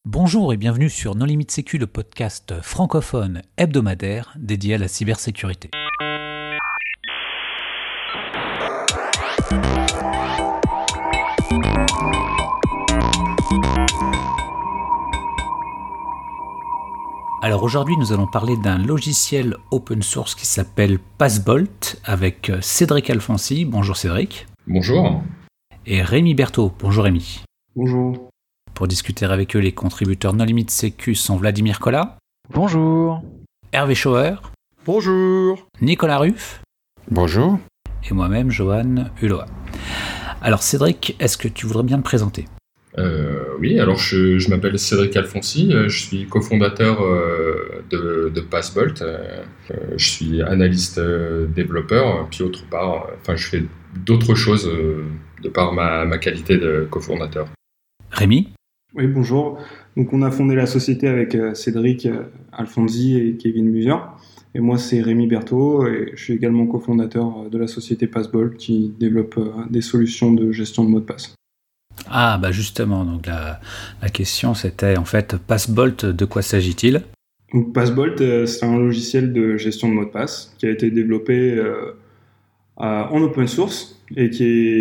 Bonjour et bienvenue sur Non Limite Sécu, le podcast francophone hebdomadaire dédié à la cybersécurité. Alors aujourd'hui, nous allons parler d'un logiciel open source qui s'appelle Passbolt avec Cédric Alfonsi. Bonjour Cédric. Bonjour. Et Rémi Berthaud. Bonjour Rémi. Bonjour. Pour discuter avec eux, les contributeurs Non Limite Sécu sont Vladimir Collat. Bonjour. Hervé Schauer. Bonjour. Nicolas Ruff. Bonjour. Et moi-même, Johan Hulot. Alors Cédric, est-ce que tu voudrais bien te présenter ? Oui, alors je m'appelle Cédric Alfonsi, je suis cofondateur de Passbolt, je suis analyste développeur, puis autre part, je fais d'autres choses de par ma qualité de cofondateur. Rémi ? Oui, bonjour. Donc on a fondé la société avec Cédric Alfonsi et Kevin Muser. Et moi, c'est Rémi Berthaud et je suis également cofondateur de la société Passbolt qui développe des solutions de gestion de mots de passe. Ah, bah justement, donc la question c'était en fait Passbolt, de quoi s'agit-il ? Donc Passbolt, c'est un logiciel de gestion de mots de passe qui a été développé en open source et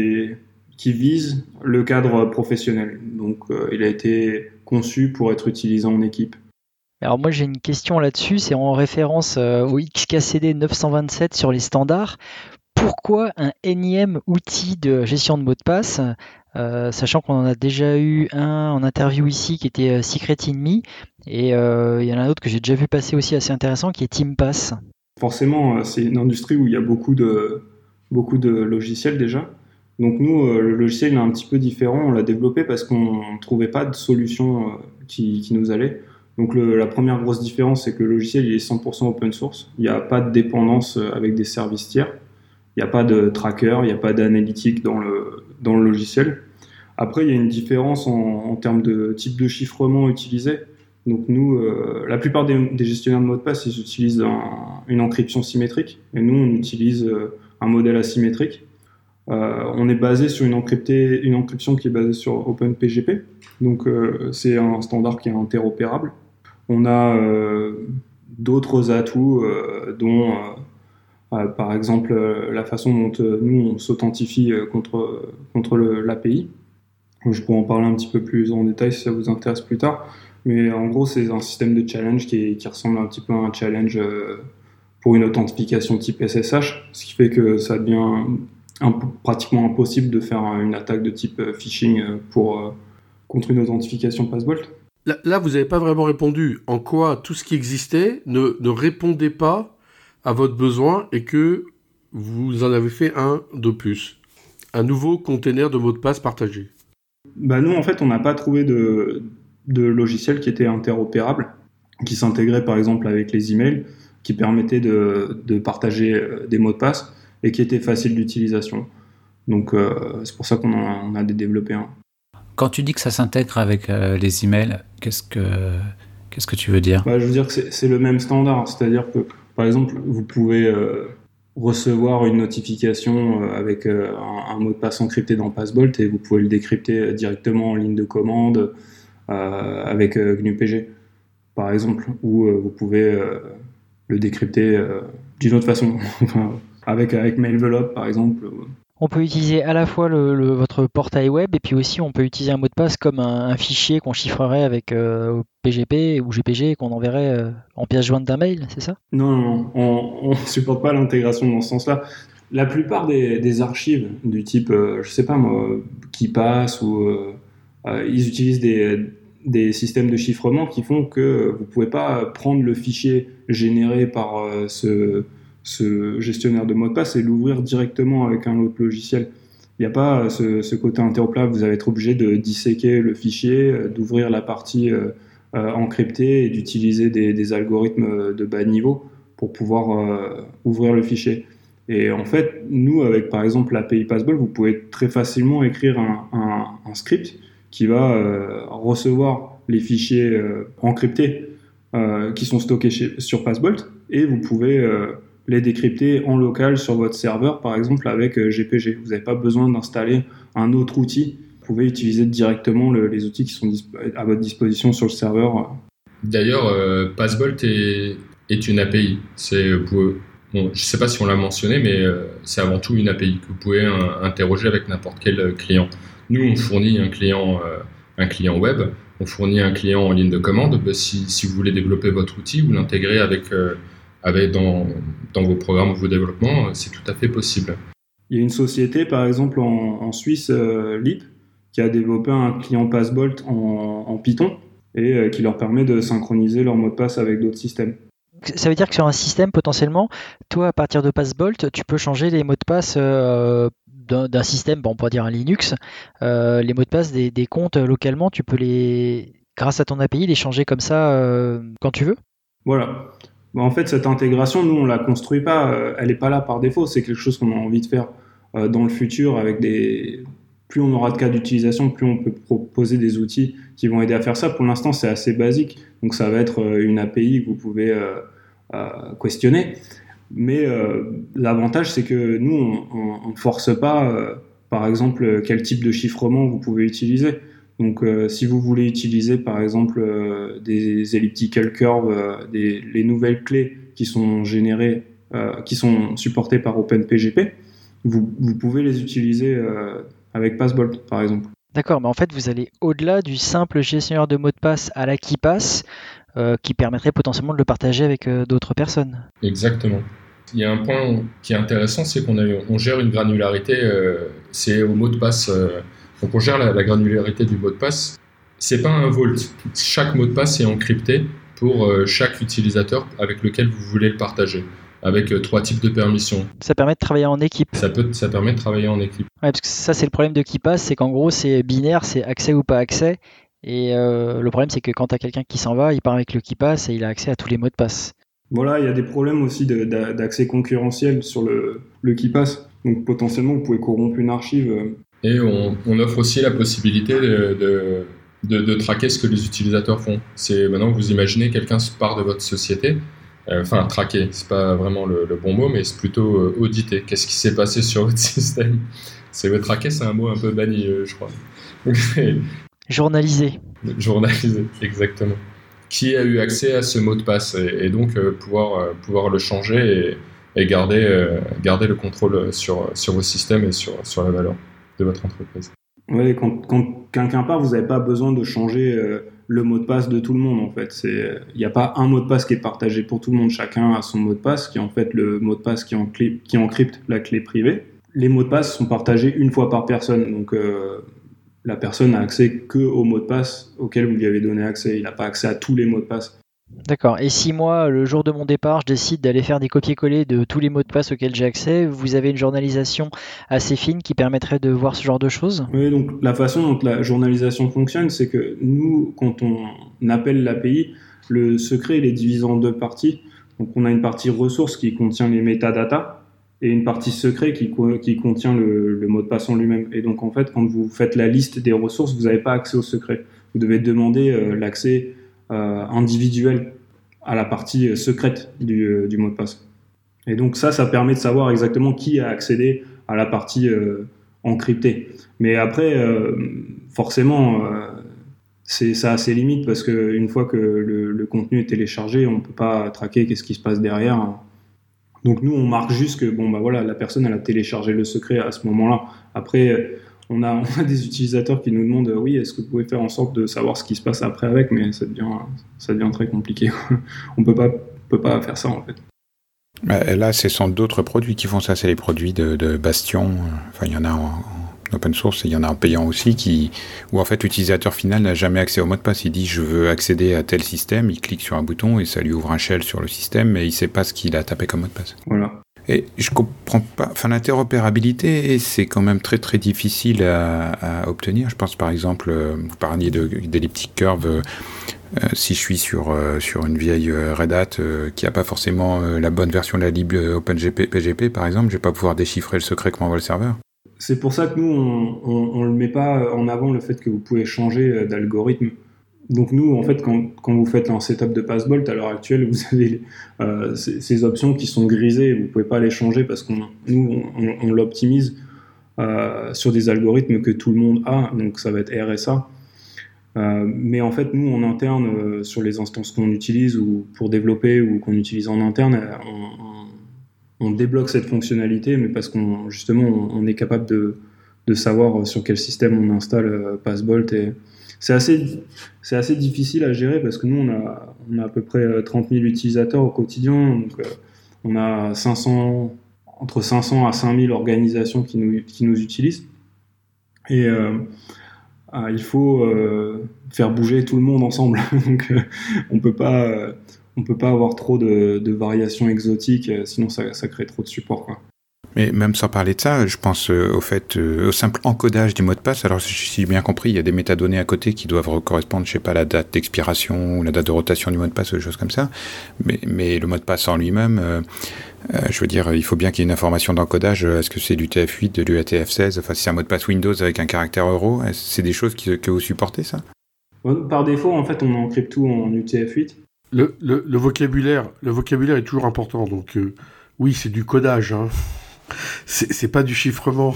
qui vise le cadre professionnel. Donc il a été conçu pour être utilisé en équipe. Alors moi j'ai une question là-dessus, c'est en référence au XKCD 927 sur les standards. Pourquoi un énième outil de gestion de mots de passe, sachant qu'on en a déjà eu un en interview ici qui était Secret in Me, et il y en a un autre que j'ai déjà vu passer aussi assez intéressant qui est TeamPass. Forcément, c'est une industrie où il y a beaucoup de logiciels déjà. Donc nous, le logiciel est un petit peu différent, on l'a développé parce qu'on ne trouvait pas de solution qui nous allait. Donc la première grosse différence, c'est que le logiciel il est 100% open source, il n'y a pas de dépendance avec des services tiers. Il n'y a pas de tracker, il n'y a pas d'analytique dans le logiciel. Après, il y a une différence en termes de type de chiffrement utilisé. Donc nous, la plupart des gestionnaires de mots de passe, ils utilisent une encryption symétrique. Et nous, on utilise un modèle asymétrique. On est basé sur une encryption qui est basée sur OpenPGP. Donc c'est un standard qui est interopérable. On a d'autres atouts dont... par exemple, la façon dont nous on s'authentifie contre l'API. Je pourrais en parler un petit peu plus en détail si ça vous intéresse plus tard. Mais en gros, c'est un système de challenge qui ressemble un petit peu à un challenge pour une authentification type SSH, ce qui fait que ça devient pratiquement impossible de faire une attaque de type phishing contre une authentification Passbolt. Là, vous n'avez pas vraiment répondu. En quoi tout ce qui existait ne répondait pas à votre besoin et que vous en avez fait un de plus, un nouveau container de mots de passe partagé. Nous, en fait, on n'a pas trouvé de logiciel qui était interopérable, qui s'intégrait par exemple avec les emails, qui permettait de partager des mots de passe et qui était facile d'utilisation. Donc, c'est pour ça qu'on a développé un. Quand tu dis que ça s'intègre avec les emails, qu'est-ce que tu veux dire ? Je veux dire que c'est le même standard, c'est-à-dire que par exemple, vous pouvez recevoir une notification avec un mot de passe encrypté dans Passbolt et vous pouvez le décrypter directement en ligne de commande avec GNU-PG, par exemple, ou vous pouvez le décrypter d'une autre façon, avec Mailvelope, par exemple. On peut utiliser à la fois votre portail web et puis aussi on peut utiliser un mot de passe comme un fichier qu'on chiffrerait avec PGP ou GPG et qu'on enverrait en pièce jointe d'un mail, c'est ça ? Non, on ne supporte pas l'intégration dans ce sens-là. La plupart des archives du type, je sais pas moi, KeePass ils utilisent des systèmes de chiffrement qui font que vous ne pouvez pas prendre le fichier généré par ce gestionnaire de mots de passe et l'ouvrir directement avec un autre logiciel. Il n'y a pas ce côté interopérable, vous allez être obligé de disséquer le fichier, d'ouvrir la partie encryptée et d'utiliser des algorithmes de bas niveau pour pouvoir ouvrir le fichier. Et en fait, nous, avec par exemple l'API Passbolt, vous pouvez très facilement écrire un script qui va recevoir les fichiers encryptés qui sont stockés sur Passbolt et vous pouvez les décrypter en local sur votre serveur, par exemple avec GPG. Vous n'avez pas besoin d'installer un autre outil pouvez utiliser directement les outils qui sont à votre disposition sur le serveur. D'ailleurs, Passbolt est une API. Je ne sais pas si on l'a mentionné, mais c'est avant tout une API que vous pouvez interroger avec n'importe quel client. Nous, on fournit un client web, on fournit un client en ligne de commande. Si vous voulez développer votre outil ou l'intégrer dans vos programmes ou vos développements, c'est tout à fait possible. Il y a une société, par exemple, en Suisse, Leap, qui a développé un client Passbolt en Python et qui leur permet de synchroniser leur mot de passe avec d'autres systèmes. Ça veut dire que sur un système, potentiellement, toi, à partir de Passbolt, tu peux changer les mots de passe d'un système, on pourrait dire un Linux, les mots de passe des comptes localement, tu peux grâce à ton API, les changer comme ça quand tu veux? Voilà. En fait, cette intégration, nous, on la construit pas, elle n'est pas là par défaut, c'est quelque chose qu'on a envie de faire dans le futur avec plus on aura de cas d'utilisation, plus on peut proposer des outils qui vont aider à faire ça. Pour l'instant, c'est assez basique, donc ça va être une API que vous pouvez questionner. Mais l'avantage, c'est que nous, on ne force pas, par exemple, quel type de chiffrement vous pouvez utiliser. Donc, si vous voulez utiliser, par exemple, des elliptical curves, les nouvelles clés qui sont générées, qui sont supportées par OpenPGP, vous pouvez les utiliser avec Passbolt, par exemple. D'accord, mais en fait, vous allez au-delà du simple gestionnaire de mots de passe à la KeePass, qui permettrait potentiellement de le partager avec d'autres personnes. Exactement. Il y a un point qui est intéressant, c'est qu'on gère une granularité, c'est au mot de passe. Donc on gère la granularité du mot de passe. C'est pas un vault. Chaque mot de passe est encrypté pour chaque utilisateur avec lequel vous voulez le partager, avec 3 types de permissions. Ça permet de travailler en équipe. Ça permet de travailler en équipe. Ouais, parce que ça, c'est le problème de KeePass, c'est qu'en gros, c'est binaire, c'est accès ou pas accès. Et le problème, c'est que quand tu as quelqu'un qui s'en va, il part avec le KeePass et il a accès à tous les mots de passe. Voilà, il y a des problèmes aussi d'accès concurrentiel sur le KeePass. Donc potentiellement, vous pouvez corrompre une archive. Et on offre aussi la possibilité de traquer ce que les utilisateurs font. C'est maintenant, vous imaginez quelqu'un part de votre société, traquer, c'est pas vraiment le bon mot, mais c'est plutôt auditer. Qu'est-ce qui s'est passé sur votre système? Traquer, c'est un mot un peu banni, je crois. Journaliser, exactement. Qui a eu accès à ce mot de passe et donc pouvoir le changer et garder le contrôle sur vos systèmes et sur la valeur de votre entreprise. Oui, quand quelqu'un part, vous n'avez pas besoin de changer le mot de passe de tout le monde, en fait. Il n'y a pas un mot de passe qui est partagé pour tout le monde. Chacun a son mot de passe, qui est en fait le mot de passe qui encrypte la clé privée. Les mots de passe sont partagés une fois par personne. Donc, la personne n'a accès que aux mots de passe auxquels vous lui avez donné accès. Il n'a pas accès à tous les mots de passe. D'accord. Et si moi, le jour de mon départ, je décide d'aller faire des copier-coller de tous les mots de passe auxquels j'ai accès, vous avez une journalisation assez fine qui permettrait de voir ce genre de choses? Oui, donc la façon dont la journalisation fonctionne, c'est que nous, quand on appelle l'API, le secret il est divisé en 2 parties. Donc on a une partie ressources qui contient les métadatas et une partie secret qui contient le mot de passe en lui-même. Et donc en fait, quand vous faites la liste des ressources, vous n'avez pas accès au secret. Vous devez demander l'accès individuel à la partie secrète du mot de passe. Et donc ça permet de savoir exactement qui a accédé à la partie encryptée. Mais après, forcément, ça a ses limites parce qu'une fois que le contenu est téléchargé, on ne peut pas traquer qu'est-ce qui se passe derrière. Donc nous, on marque juste que la personne elle a téléchargé le secret à ce moment-là. Après, on a des utilisateurs qui nous demandent oui, est-ce que vous pouvez faire en sorte de savoir ce qui se passe après avec, mais ça devient très compliqué. On peut pas faire ça en fait. Là, ce sont d'autres produits qui font ça, c'est les produits de Bastion. Enfin, il y en a en open source et il y en a en payant aussi, où en fait l'utilisateur final n'a jamais accès au mot de passe. Il dit je veux accéder à tel système, il clique sur un bouton et ça lui ouvre un shell sur le système, mais il ne sait pas ce qu'il a tapé comme mot de passe. Voilà. Et je comprends pas. Enfin, l'interopérabilité, c'est quand même très très difficile à obtenir. Je pense par exemple, vous parliez d'elliptic curve. Si je suis sur une vieille Red Hat qui n'a pas forcément la bonne version de la lib OpenPGP par exemple, je vais pas pouvoir déchiffrer le secret que m'envoie le serveur. C'est pour ça que nous on le met pas en avant le fait que vous pouvez changer d'algorithme. Donc nous, en fait, quand vous faites un setup de Passbolt, à l'heure actuelle, vous avez ces options qui sont grisées, vous pouvez pas les changer parce qu'on l'optimise sur des algorithmes que tout le monde a, donc ça va être RSA. Mais en fait, nous, en interne, sur les instances qu'on utilise ou pour développer ou qu'on utilise en interne, on débloque cette fonctionnalité, mais parce qu'on justement, on est capable de savoir sur quel système on installe Passbolt. Et c'est assez difficile à gérer parce que nous, on a à peu près 30 000 utilisateurs au quotidien. Donc, on a entre 500 à 5000 organisations qui nous utilisent. Et il faut faire bouger tout le monde ensemble. Donc, on peut pas avoir trop de variations exotiques, sinon ça crée trop de support, quoi. Mais même sans parler de ça, je pense au simple encodage du mot de passe. Alors, si j'ai bien compris, il y a des métadonnées à côté qui doivent correspondre, je sais pas, la date d'expiration ou la date de rotation du mot de passe ou des choses comme ça. Mais le mot de passe en lui-même, je veux dire, il faut bien qu'il y ait une information d'encodage. Est-ce que c'est du TF8, de l'UTF-16? Enfin, si c'est un mot de passe Windows avec un caractère euro, c'est des choses que vous supportez, ça? Par défaut, en fait, on encrypte tout en UTF-8. Le vocabulaire est toujours important. Donc, oui, c'est du codage, hein. C'est pas du chiffrement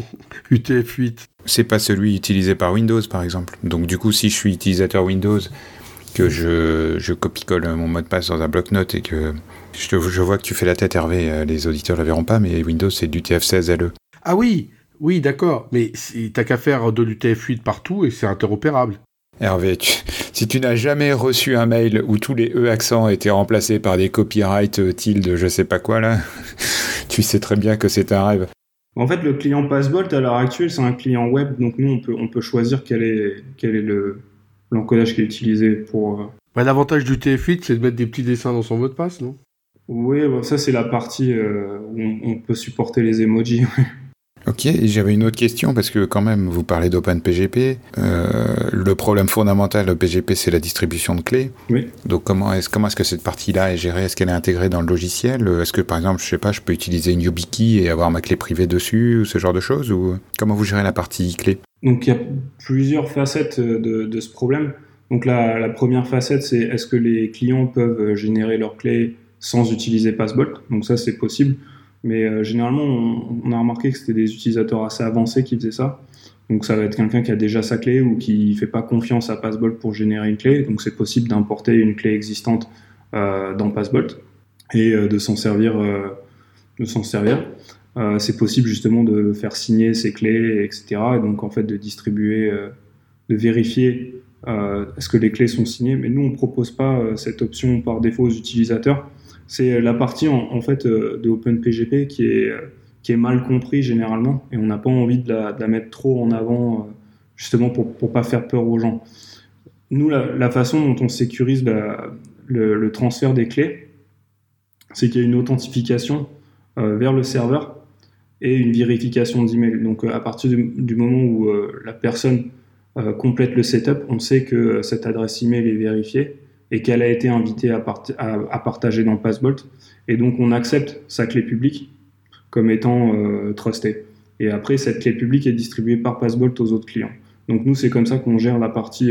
UTF-8. C'est pas celui utilisé par Windows, par exemple. Donc du coup, si je suis utilisateur Windows, que je copie-colle mon mot de passe dans un bloc-notes et que je vois que tu fais la tête, Hervé, les auditeurs ne le verront pas, mais Windows, c'est du TF16LE. Ah oui, d'accord. Mais t'as qu'à faire de l'UTF-8 partout et c'est interopérable. Hervé, si tu n'as jamais reçu un mail où tous les E accents étaient remplacés par des copyright tilde je sais pas quoi là, tu sais très bien que c'est un rêve. En fait, le client Passbolt à l'heure actuelle, c'est un client web, donc nous on peut choisir quel est l'encodage qui est utilisé pour. L'avantage du TF8, c'est de mettre des petits dessins dans son mot de passe, non? Oui, ça c'est la partie où on peut supporter les emojis. Ok, et j'avais une autre question, parce que quand même, vous parlez d'OpenPGP. Le problème fondamental de PGP, c'est la distribution de clés. Oui. Donc comment est-ce que cette partie-là est gérée? Est-ce qu'elle est intégrée dans le logiciel? Est-ce que, par exemple, je peux utiliser une YubiKey et avoir ma clé privée dessus, ou ce genre de choses? Ou comment vous gérez la partie clé? Donc il y a plusieurs facettes de ce problème. Donc la première facette, c'est est-ce que les clients peuvent générer leurs clés sans utiliser Passbolt? Donc ça, c'est possible. Mais généralement, on a remarqué que c'était des utilisateurs assez avancés qui faisaient ça. Donc ça va être quelqu'un qui a déjà sa clé ou qui ne fait pas confiance à Passbolt pour générer une clé. Donc c'est possible d'importer une clé existante dans Passbolt et de s'en servir. C'est possible justement de faire signer ses clés, etc. Et donc en fait de distribuer, de vérifier est-ce que les clés sont signées. Mais nous, on ne propose pas cette option par défaut aux utilisateurs. C'est la partie en fait de OpenPGP qui est mal compris généralement et on n'a pas envie de la mettre trop en avant justement pour pas faire peur aux gens. Nous, la façon dont on sécurise le transfert des clés, c'est qu'il y a une authentification vers le serveur et une vérification d'email. Donc à partir du moment où la personne complète le setup, on sait que cette adresse email est vérifiée et qu'elle a été invitée à partager dans Passbolt. Et donc, on accepte sa clé publique comme étant trustée. Et après, cette clé publique est distribuée par Passbolt aux autres clients. Donc, nous, c'est comme ça qu'on gère la partie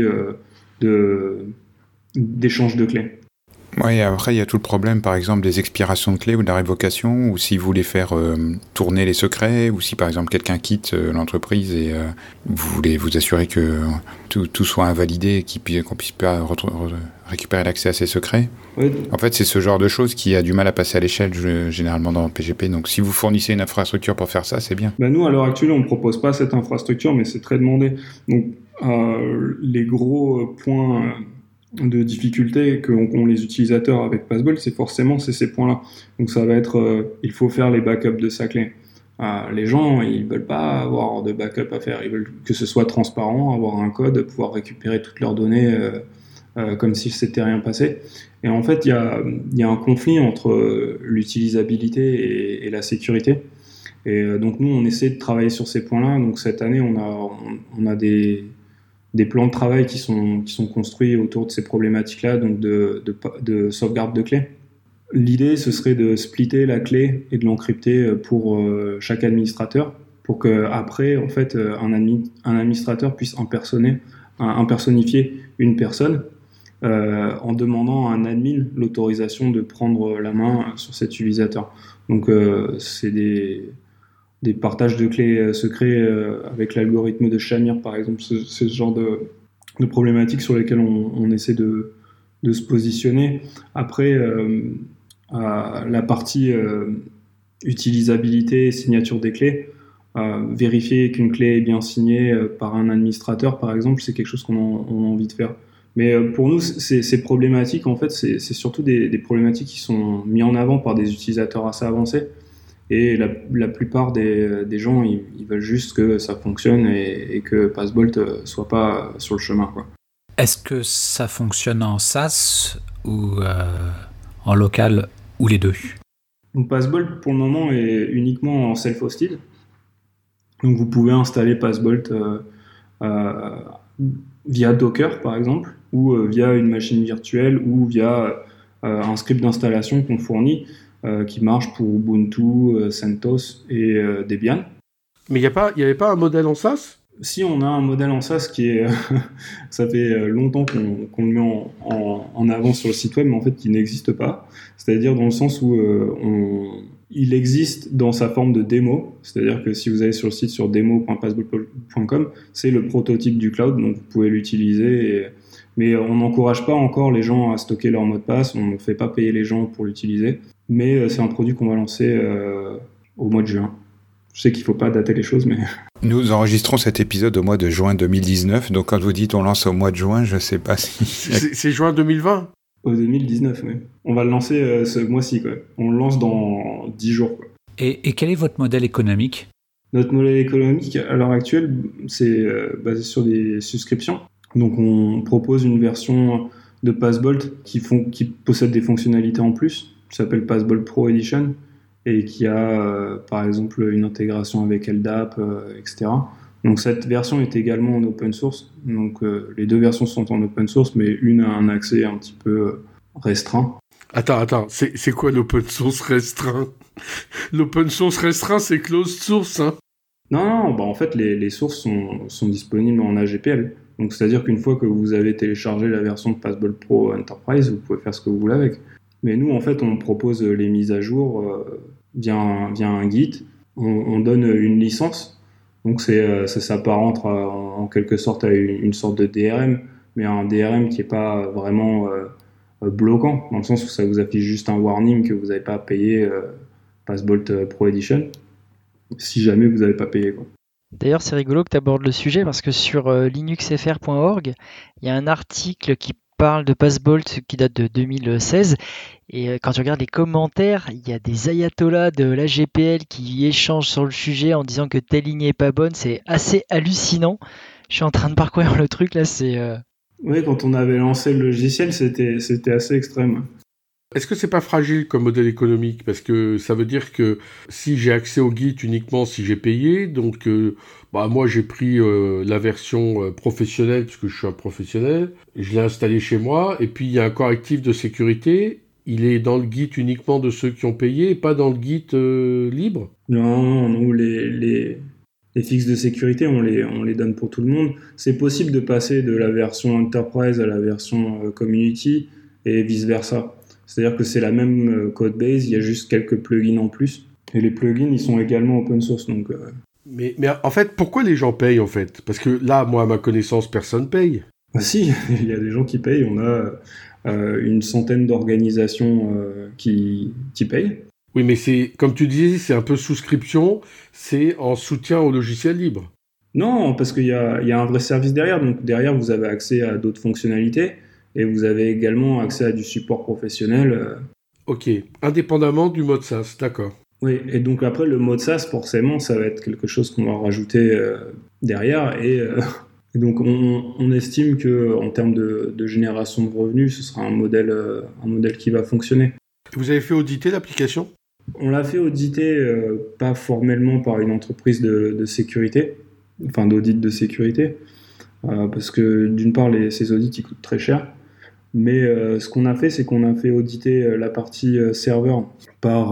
d'échange de clés. Oui, après, il y a tout le problème, par exemple, des expirations de clés ou de la révocation, ou si vous voulez faire tourner les secrets, ou si, par exemple, quelqu'un quitte l'entreprise et vous voulez vous assurer que tout soit invalidé et qu'on puisse pas récupérer l'accès à ces secrets. Oui. En fait, c'est ce genre de choses qui a du mal à passer à l'échelle, généralement, dans PGP. Donc, si vous fournissez une infrastructure pour faire ça, c'est bien. Nous, à l'heure actuelle, on ne propose pas cette infrastructure, mais c'est très demandé. Donc, les gros points de difficulté qu'ont les utilisateurs avec Passbolt, c'est ces points-là. Donc ça va être, il faut faire les backups de sa clé. Les gens, ils veulent pas avoir de backup à faire, ils veulent que ce soit transparent, avoir un code, pouvoir récupérer toutes leurs données comme si c'était rien passé. Et en fait, il y a un conflit entre l'utilisabilité et la sécurité. Et donc nous, on essaie de travailler sur ces points-là. Donc cette année, on a des plans de travail qui sont construits autour de ces problématiques-là, donc de sauvegarde de clés. L'idée, ce serait de splitter la clé et de l'encrypter pour chaque administrateur, pour qu'après, en fait, un administrateur puisse impersonnifier une personne en demandant à un admin l'autorisation de prendre la main sur cet utilisateur. Donc, c'est des des partages de clés secrets avec l'algorithme de Shamir, par exemple. C'est ce genre de problématiques sur lesquelles on essaie de se positionner. Après, la partie utilisabilité et signature des clés, vérifier qu'une clé est bien signée par un administrateur, par exemple, c'est quelque chose qu'on a envie de faire. Mais pour nous, ces problématiques, en fait, c'est surtout des problématiques qui sont mises en avant par des utilisateurs assez avancés. Et la plupart des gens, ils veulent juste que ça fonctionne et que PassBolt soit pas sur le chemin, quoi. Est-ce que ça fonctionne en SaaS ou en local ou les deux? Donc PassBolt, pour le moment, est uniquement en self-hosted. Donc vous pouvez installer PassBolt via Docker, par exemple, ou via une machine virtuelle, ou via un script d'installation qu'on fournit, qui marche pour Ubuntu, CentOS et Debian. Mais il n'y avait pas un modèle en SaaS? Si, on a un modèle en SaaS qui est... ça fait longtemps qu'on le met en avant sur le site web, mais en fait, qui n'existe pas. C'est-à-dire dans le sens où il existe dans sa forme de démo. C'est-à-dire que si vous allez sur le site sur demo.passbolt.com, c'est le prototype du cloud, donc vous pouvez l'utiliser. Mais on n'encourage pas encore les gens à stocker leur mot de passe, on ne fait pas payer les gens pour l'utiliser. Mais c'est un produit qu'on va lancer au mois de juin. Je sais qu'il ne faut pas dater les choses, mais... Nous enregistrons cet épisode au mois de juin 2019, donc quand vous dites on lance au mois de juin, je ne sais pas si... C'est juin 2020 ? Au 2019, oui. On va le lancer ce mois-ci, quoi. On le lance dans 10 jours, quoi. Et quel est votre modèle économique ? Notre modèle économique, à l'heure actuelle, c'est basé sur des subscriptions. Donc on propose une version de PassBolt qui possède des fonctionnalités en plus, qui s'appelle PassBolt Pro Edition, et qui a par exemple une intégration avec LDAP, etc. Donc cette version est également en open source. Donc les deux versions sont en open source, mais une a un accès un petit peu restreint. Attends, c'est quoi l'open source restreint ? L'open source restreint, c'est closed source, hein ? Non, en fait les sources sont disponibles en AGPL. Donc c'est-à-dire qu'une fois que vous avez téléchargé la version de PassBolt Pro Enterprise, vous pouvez faire ce que vous voulez avec. Mais nous, en fait, on propose les mises à jour via un Git. On donne une licence. Donc ça s'apparente en quelque sorte à une sorte de DRM, mais un DRM qui n'est pas vraiment bloquant, dans le sens où ça vous affiche juste un warning que vous n'avez pas à payer PassBolt Pro Edition, si jamais vous n'avez pas payé, quoi. D'ailleurs, c'est rigolo que tu abordes le sujet parce que sur linuxfr.org, il y a un article qui parle de PassBolt qui date de 2016. Et quand tu regardes les commentaires, il y a des ayatollahs de l'AGPL qui échangent sur le sujet en disant que telle ligne n'est pas bonne. C'est assez hallucinant. Je suis en train de parcourir le truc là. Oui, quand on avait lancé le logiciel, c'était assez extrême. Est-ce que c'est pas fragile comme modèle économique ? Parce que ça veut dire que si j'ai accès au Git uniquement si j'ai payé, donc moi j'ai pris la version professionnelle puisque je suis un professionnel, je l'ai installé chez moi, et puis il y a un correctif de sécurité, il est dans le Git uniquement de ceux qui ont payé et pas dans le Git libre ? Non, nous les fixes de sécurité, on les donne pour tout le monde. C'est possible de passer de la version Enterprise à la version Community et vice-versa. C'est-à-dire que c'est la même code base, il y a juste quelques plugins en plus. Et les plugins, ils sont également open source. Donc, Mais en fait, pourquoi les gens payent en fait ? Parce que là, moi, à ma connaissance, personne paye. Si, il y a des gens qui payent. On a une centaine d'organisations qui payent. Oui, mais c'est, comme tu disais, c'est un peu souscription, c'est en soutien au logiciel libre. Non, parce qu'il y a un vrai service derrière. Donc derrière, vous avez accès à d'autres fonctionnalités. Et vous avez également accès à du support professionnel. Ok, indépendamment du mode SaaS, d'accord. Oui, et donc après, le mode SaaS, forcément, ça va être quelque chose qu'on va rajouter derrière. Et donc, on estime qu'en termes de génération de revenus, ce sera un modèle qui va fonctionner. Vous avez fait auditer l'application ? On l'a fait auditer, pas formellement par une entreprise de sécurité, enfin d'audit de sécurité, parce que d'une part, ces audits, ils coûtent très cher. Mais ce qu'on a fait, c'est qu'on a fait auditer la partie serveur par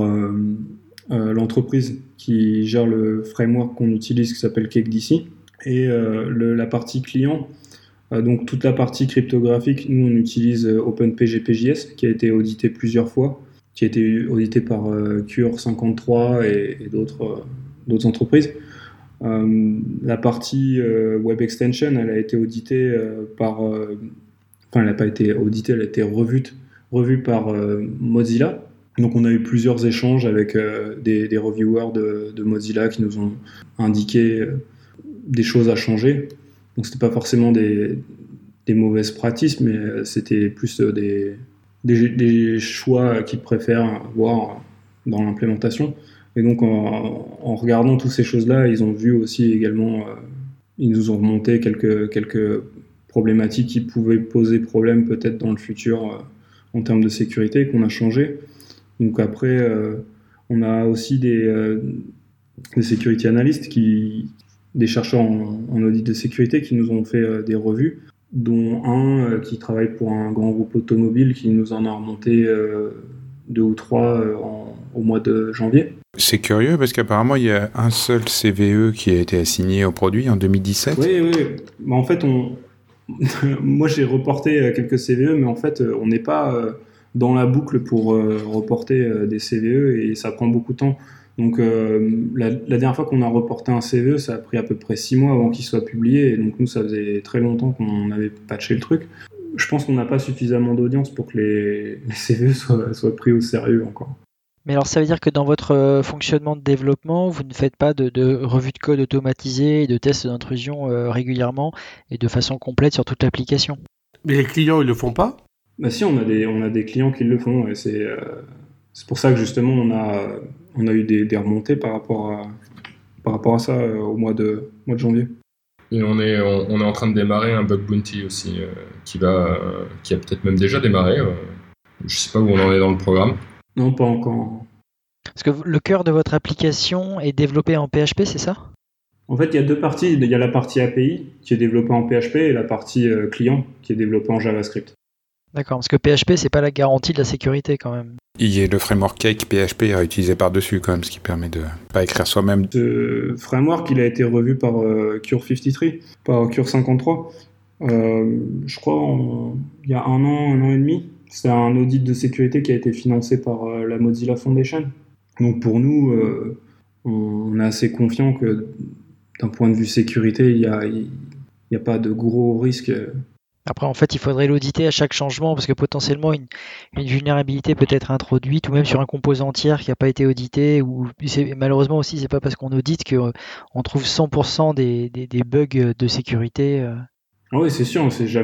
l'entreprise qui gère le framework qu'on utilise, qui s'appelle CakeDC. Et la partie client, donc toute la partie cryptographique, nous on utilise OpenPGPJS, qui a été audité plusieurs fois, qui a été audité par Cure53 et d'autres d'autres entreprises. La partie Web Extension, elle a été auditée elle n'a pas été auditée, elle a été revue par Mozilla. Donc on a eu plusieurs échanges avec des reviewers de Mozilla qui nous ont indiqué des choses à changer. Donc c'était pas forcément des mauvaises pratiques, mais c'était plus des choix qu'ils préfèrent voir dans l'implémentation. Et donc en regardant toutes ces choses-là, ils ont vu aussi également, ils nous ont remonté quelques problématiques qui pouvaient poser problème peut-être dans le futur en termes de sécurité qu'on a changé. Donc après, on a aussi des security analysts, des chercheurs en audit de sécurité qui nous ont fait des revues, dont un qui travaille pour un grand groupe automobile qui nous en a remonté 2 ou 3 au mois de janvier. C'est curieux parce qu'apparemment il y a un seul CVE qui a été assigné au produit en 2017. Oui. Bah, en fait, moi j'ai reporté quelques CVE, mais en fait on n'est pas dans la boucle pour reporter des CVE et ça prend beaucoup de temps. Donc la dernière fois qu'on a reporté un CVE, ça a pris à peu près 6 mois avant qu'il soit publié, et donc nous ça faisait très longtemps qu'on avait patché le truc. Je pense qu'on n'a pas suffisamment d'audience pour que les CVE soient pris au sérieux encore. Mais alors ça veut dire que dans votre fonctionnement de développement, vous ne faites pas de revue de code automatisée et de tests d'intrusion régulièrement et de façon complète sur toute l'application? Mais les clients, ils le font pas? Bah si, on a des clients qui le font, et c'est pour ça que justement on a eu des remontées par rapport à ça au mois de janvier. Et on est en train de démarrer un bug bounty aussi qui a peut-être même déjà démarré. Je sais pas où on en est dans le programme. Non, pas encore. Parce que le cœur de votre application est développé en PHP, c'est ça? En fait, il y a deux parties. Il y a la partie API qui est développée en PHP et la partie client qui est développée en JavaScript. D'accord, parce que PHP, c'est pas la garantie de la sécurité quand même. Il y a le framework Cake PHP à utiliser par-dessus quand même, ce qui permet de pas écrire soi-même. Ce framework, il a été revu par Cure53, par Cure53. Je crois il y a un an et demi. C'est un audit de sécurité qui a été financé par la Mozilla Foundation. Donc pour nous, on est assez confiant que d'un point de vue sécurité, il y a pas de gros risques. Après, en fait, il faudrait l'auditer à chaque changement parce que potentiellement, une vulnérabilité peut être introduite ou même sur un composant tiers qui n'a pas été audité. Ou malheureusement aussi, c'est pas parce qu'on audite qu'on trouve 100% des bugs de sécurité. Ah oui, c'est sûr, c'est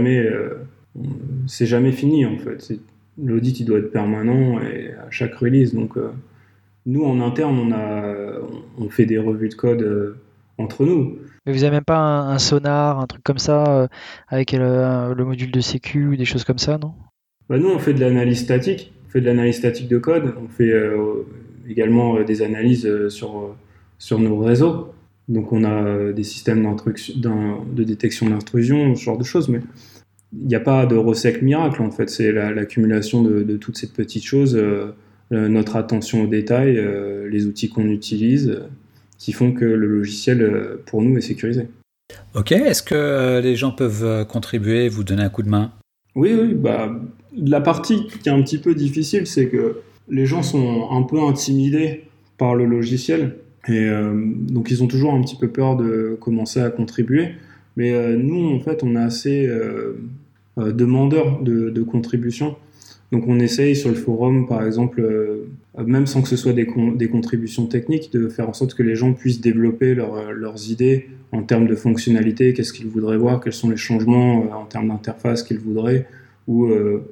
jamais fini en fait. L'audit, il doit être permanent et à chaque release. Donc, nous, en interne, on fait des revues de code entre nous. Mais vous n'avez même pas un sonar, un truc comme ça, avec le module de sécu ou des choses comme ça, non? Bah, nous, on fait de l'analyse statique. On fait de l'analyse statique de code. On fait également des analyses sur nos réseaux. Donc, on a des systèmes de détection d'intrusion, ce genre de choses. Mais il n'y a pas de recette miracle, en fait. C'est l'accumulation de toutes ces petites choses, notre attention aux détails, les outils qu'on utilise, qui font que le logiciel, pour nous, est sécurisé. Ok, est-ce que les gens peuvent contribuer, vous donner un coup de main? Oui, bah, la partie qui est un petit peu difficile, c'est que les gens sont un peu intimidés par le logiciel, et donc ils ont toujours un petit peu peur de commencer à contribuer. Mais nous, en fait, on est assez demandeurs de contributions. Donc on essaye sur le forum, par exemple, même sans que ce soit des contributions techniques, de faire en sorte que les gens puissent développer leurs idées en termes de fonctionnalités, qu'est-ce qu'ils voudraient voir, quels sont les changements en termes d'interface qu'ils voudraient, ou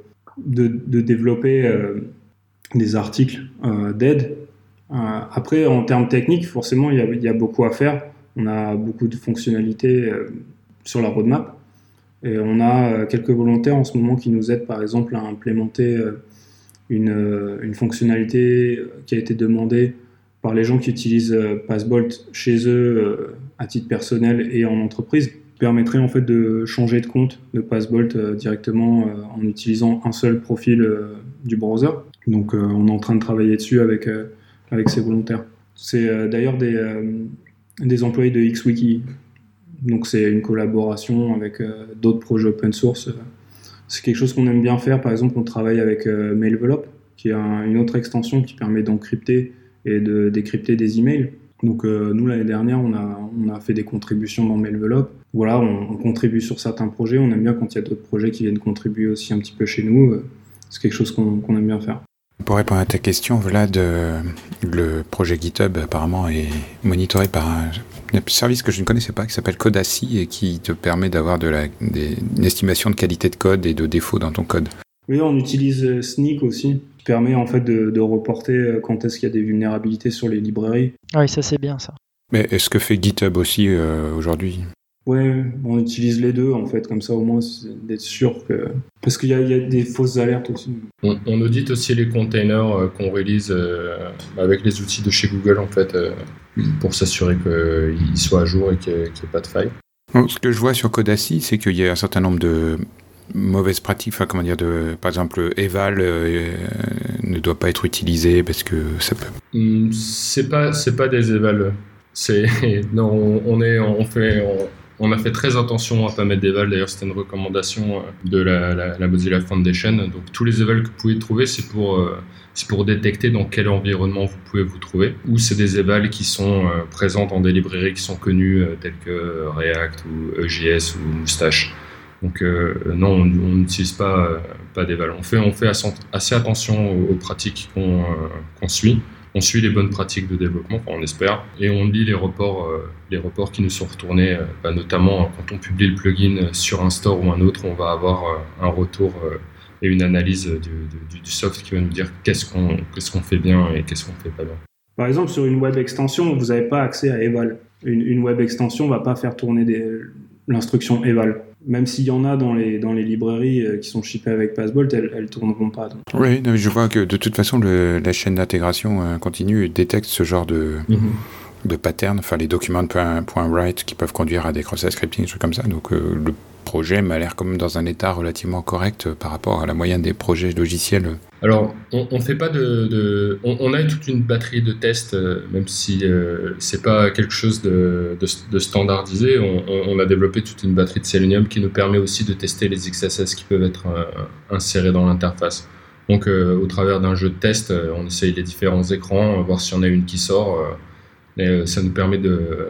de développer des articles d'aide. Après, en termes techniques, forcément, il y a beaucoup à faire. On a beaucoup de fonctionnalités sur la roadmap. Et on a quelques volontaires en ce moment qui nous aident, par exemple, à implémenter une fonctionnalité qui a été demandée par les gens qui utilisent Passbolt chez eux à titre personnel et en entreprise, qui permettrait en fait de changer de compte de Passbolt directement en utilisant un seul profil du browser. Donc on est en train de travailler dessus avec ces volontaires. C'est d'ailleurs des employés de XWiki. Donc c'est une collaboration avec d'autres projets open source. C'est quelque chose qu'on aime bien faire. Par exemple, on travaille avec Mailvelop, qui est une autre extension qui permet d'encrypter et de décrypter des emails. Donc nous, l'année dernière, on a fait des contributions dans Mailvelope. Voilà, on contribue sur certains projets. On aime bien quand il y a d'autres projets qui viennent contribuer aussi un petit peu chez nous. C'est quelque chose qu'on aime bien faire. Pour répondre à ta question, Vlad, le projet GitHub apparemment est monitoré par un service que je ne connaissais pas qui s'appelle Codacy et qui te permet d'avoir une estimation de qualité de code et de défauts dans ton code. Oui, on utilise Snyk aussi, qui permet en fait de reporter quand est-ce qu'il y a des vulnérabilités sur les librairies. Ah oui, ça c'est bien ça. Mais est-ce que fait GitHub aussi aujourd'hui ? Ouais, on utilise les deux en fait, comme ça au moins c'est d'être sûr que... Parce qu'il y a des fausses alertes aussi. On audite aussi les containers qu'on release avec les outils de chez Google en fait, pour s'assurer qu'ils soient à jour et qu'il n'y ait pas de faille. Bon, ce que je vois sur Codacy, c'est qu'il y a un certain nombre de mauvaises pratiques, par exemple eval ne doit pas être utilisé parce que ça peut... C'est pas des evals. Non, on a fait très attention à pas mettre d'eval. D'ailleurs, c'était une recommandation de la Mozilla Foundation. Donc, tous les evals que vous pouvez trouver, c'est pour détecter dans quel environnement vous pouvez vous trouver. Ou c'est des evals qui sont présents dans des librairies qui sont connues, telles que React ou EJS ou Moustache. Donc, non, on n'utilise pas d'eval. On fait assez attention aux pratiques qu'on suit. On suit les bonnes pratiques de développement, enfin on espère, et on lit les reports qui nous sont retournés, notamment quand on publie le plugin sur un store ou un autre, on va avoir un retour et une analyse du soft qui va nous dire qu'est-ce qu'on fait bien et qu'est-ce qu'on fait pas bien. Par exemple, sur une web extension, vous n'avez pas accès à eval. Une web extension ne va pas faire tourner l'instruction eval. Même s'il y en a dans les librairies qui sont shippées avec Passbolt, elles ne tourneront pas. Donc. Oui, je vois que de toute façon, la chaîne d'intégration continue détecte ce genre de pattern, enfin les documents .write qui peuvent conduire à des cross-site scripting, des trucs comme ça. Donc le projet m'a l'air comme dans un état relativement correct par rapport à la moyenne des projets logiciels. Alors, on fait pas on a toute une batterie de tests, même si c'est pas quelque chose de standardisé. On a développé toute une batterie de Selenium qui nous permet aussi de tester les XSS qui peuvent être insérés dans l'interface. Donc, au travers d'un jeu de test, on essaye les différents écrans, voir s'il y en a une qui sort. Et ça nous permet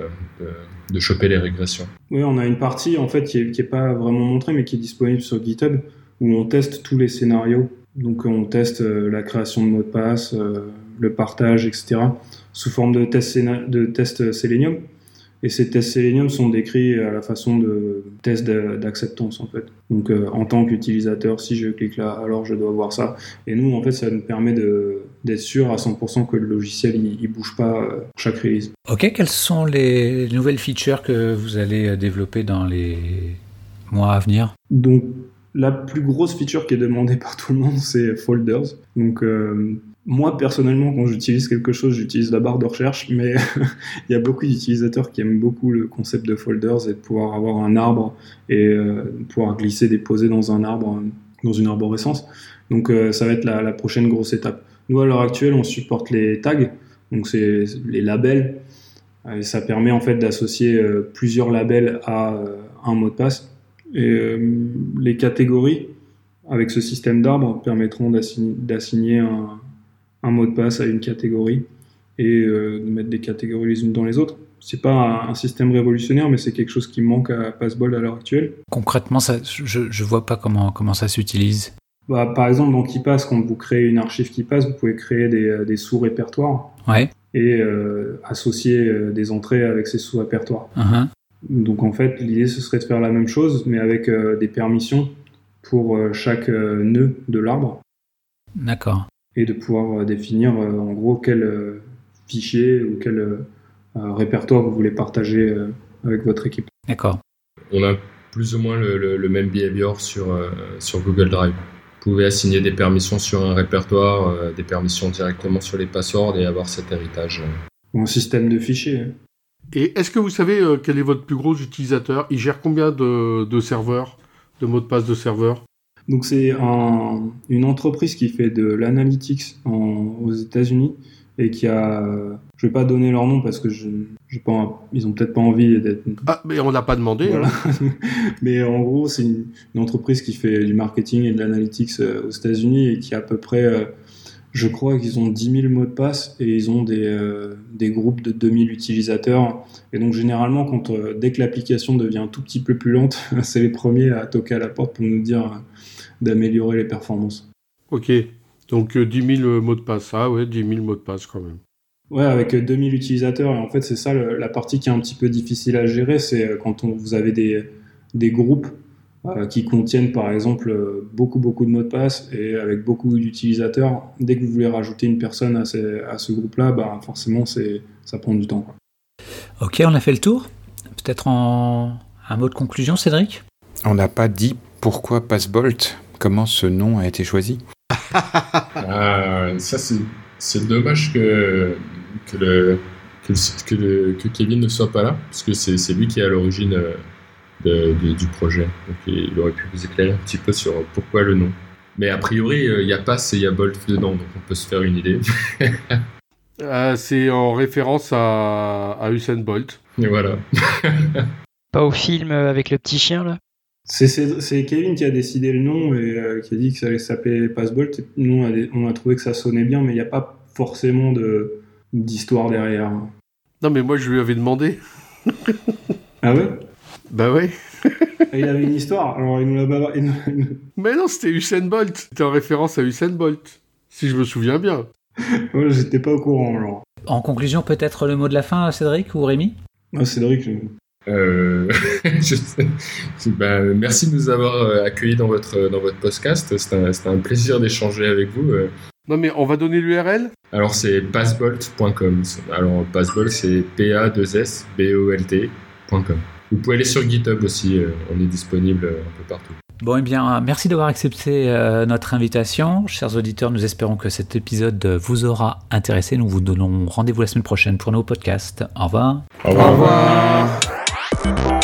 de choper les régressions. Oui, on a une partie en fait qui est pas vraiment montrée, mais qui est disponible sur GitHub, où on teste tous les scénarios. Donc on teste la création de mots de passe, le partage, etc. sous forme de tests Selenium. Et ces tests Selenium sont décrits à la façon de tests d'acceptance en fait. Donc en tant qu'utilisateur, si je clique là, alors je dois voir ça. Et nous, en fait, ça nous permet d'être sûr à 100% que le logiciel il bouge pas chaque release. Ok, quelles sont les nouvelles features que vous allez développer dans les mois à venir ? Donc la plus grosse feature qui est demandée par tout le monde, c'est Folders. Donc moi, personnellement, quand j'utilise quelque chose, j'utilise la barre de recherche, mais il y a beaucoup d'utilisateurs qui aiment beaucoup le concept de folders et de pouvoir avoir un arbre et pouvoir glisser, déposer dans un arbre, dans une arborescence. Donc ça va être la prochaine grosse étape. Nous, à l'heure actuelle, on supporte les tags, donc c'est les labels, et ça permet en fait d'associer plusieurs labels à un mot de passe. Et les catégories, avec ce système d'arbre, permettront d'assigner un mot de passe à une catégorie et de mettre des catégories les unes dans les autres. C'est pas un système révolutionnaire, mais c'est quelque chose qui manque à Passbolt à l'heure actuelle. Concrètement, je vois pas comment ça s'utilise. Par exemple, dans KeePass, quand vous créez une archive KeePass, vous pouvez créer des sous-répertoires et associer des entrées avec ces sous-répertoires. Uh-huh. Donc en fait, l'idée ce serait de faire la même chose, mais avec des permissions pour chaque nœud de l'arbre. D'accord. Et de pouvoir définir en gros quel fichier ou quel répertoire vous voulez partager avec votre équipe. D'accord. On a plus ou moins le même behavior sur Google Drive. Vous pouvez assigner des permissions sur un répertoire, des permissions directement sur les passwords et avoir cet héritage. Un système de fichiers. Et est-ce que vous savez quel est votre plus gros utilisateur ? Il gère combien de serveurs, de mots de passe de serveurs ? Donc c'est une entreprise qui fait de l'analytics aux États-Unis et qui a, je vais pas donner leur nom parce que ils ont peut-être pas envie d'être. Ah, mais on l'a pas demandé. Voilà. Mais en gros, c'est une entreprise qui fait du marketing et de l'analytics aux États-Unis et qui a à peu près, Je crois qu'ils ont 10 000 mots de passe et ils ont des groupes de 2000 utilisateurs. Et donc généralement, dès que l'application devient un tout petit peu plus lente, c'est les premiers à toquer à la porte pour nous dire d'améliorer les performances. Ok, donc 10 000 mots de passe. Ah ouais, 10 000 mots de passe quand même. Ouais, avec 2000 utilisateurs. Et en fait, c'est ça la partie qui est un petit peu difficile à gérer, c'est quand vous avez des groupes qui contiennent par exemple beaucoup de mots de passe et avec beaucoup d'utilisateurs. Dès que vous voulez rajouter une personne à ce groupe-là, forcément ça prend du temps, quoi. Ok, on a fait le tour. Peut-être un mot de conclusion, Cédric ? On n'a pas dit pourquoi PassBolt, comment ce nom a été choisi. Ça c'est dommage que Kevin ne soit pas là, parce que c'est lui qui est à l'origine du projet. Donc il aurait pu vous éclairer un petit peu sur pourquoi le nom. Mais a priori, il y a Pass et il y a Bolt dedans, donc on peut se faire une idée. C'est en référence à Usain Bolt. Et voilà. Pas au film avec le petit chien, là ? C'est Kevin qui a décidé le nom et qui a dit que ça allait s'appeler PassBolt. Nous, on a trouvé que ça sonnait bien, mais il n'y a pas forcément d'histoire derrière. Non, mais moi, je lui avais demandé. Ah ouais ? Bah ouais. Il avait une histoire, alors il nous l'a... Mais non, c'était Usain Bolt. C'était en référence à Usain Bolt, si je me souviens bien. Ouais, j'étais pas au courant, alors. En conclusion, peut-être le mot de la fin, Cédric ou Rémi ? Cédric... merci de nous avoir accueillis dans votre podcast. C'était un plaisir d'échanger avec vous. Non, mais on va donner l'URL ? Alors, c'est passbolt.com. Alors, Passbolt, c'est PASSBOLT.com. Vous pouvez aller sur GitHub aussi. On est disponible un peu partout. Bon, eh bien, merci d'avoir accepté notre invitation. Chers auditeurs, nous espérons que cet épisode vous aura intéressé. Nous vous donnons rendez-vous la semaine prochaine pour un nouveau podcast. Au revoir. Au revoir. Au revoir.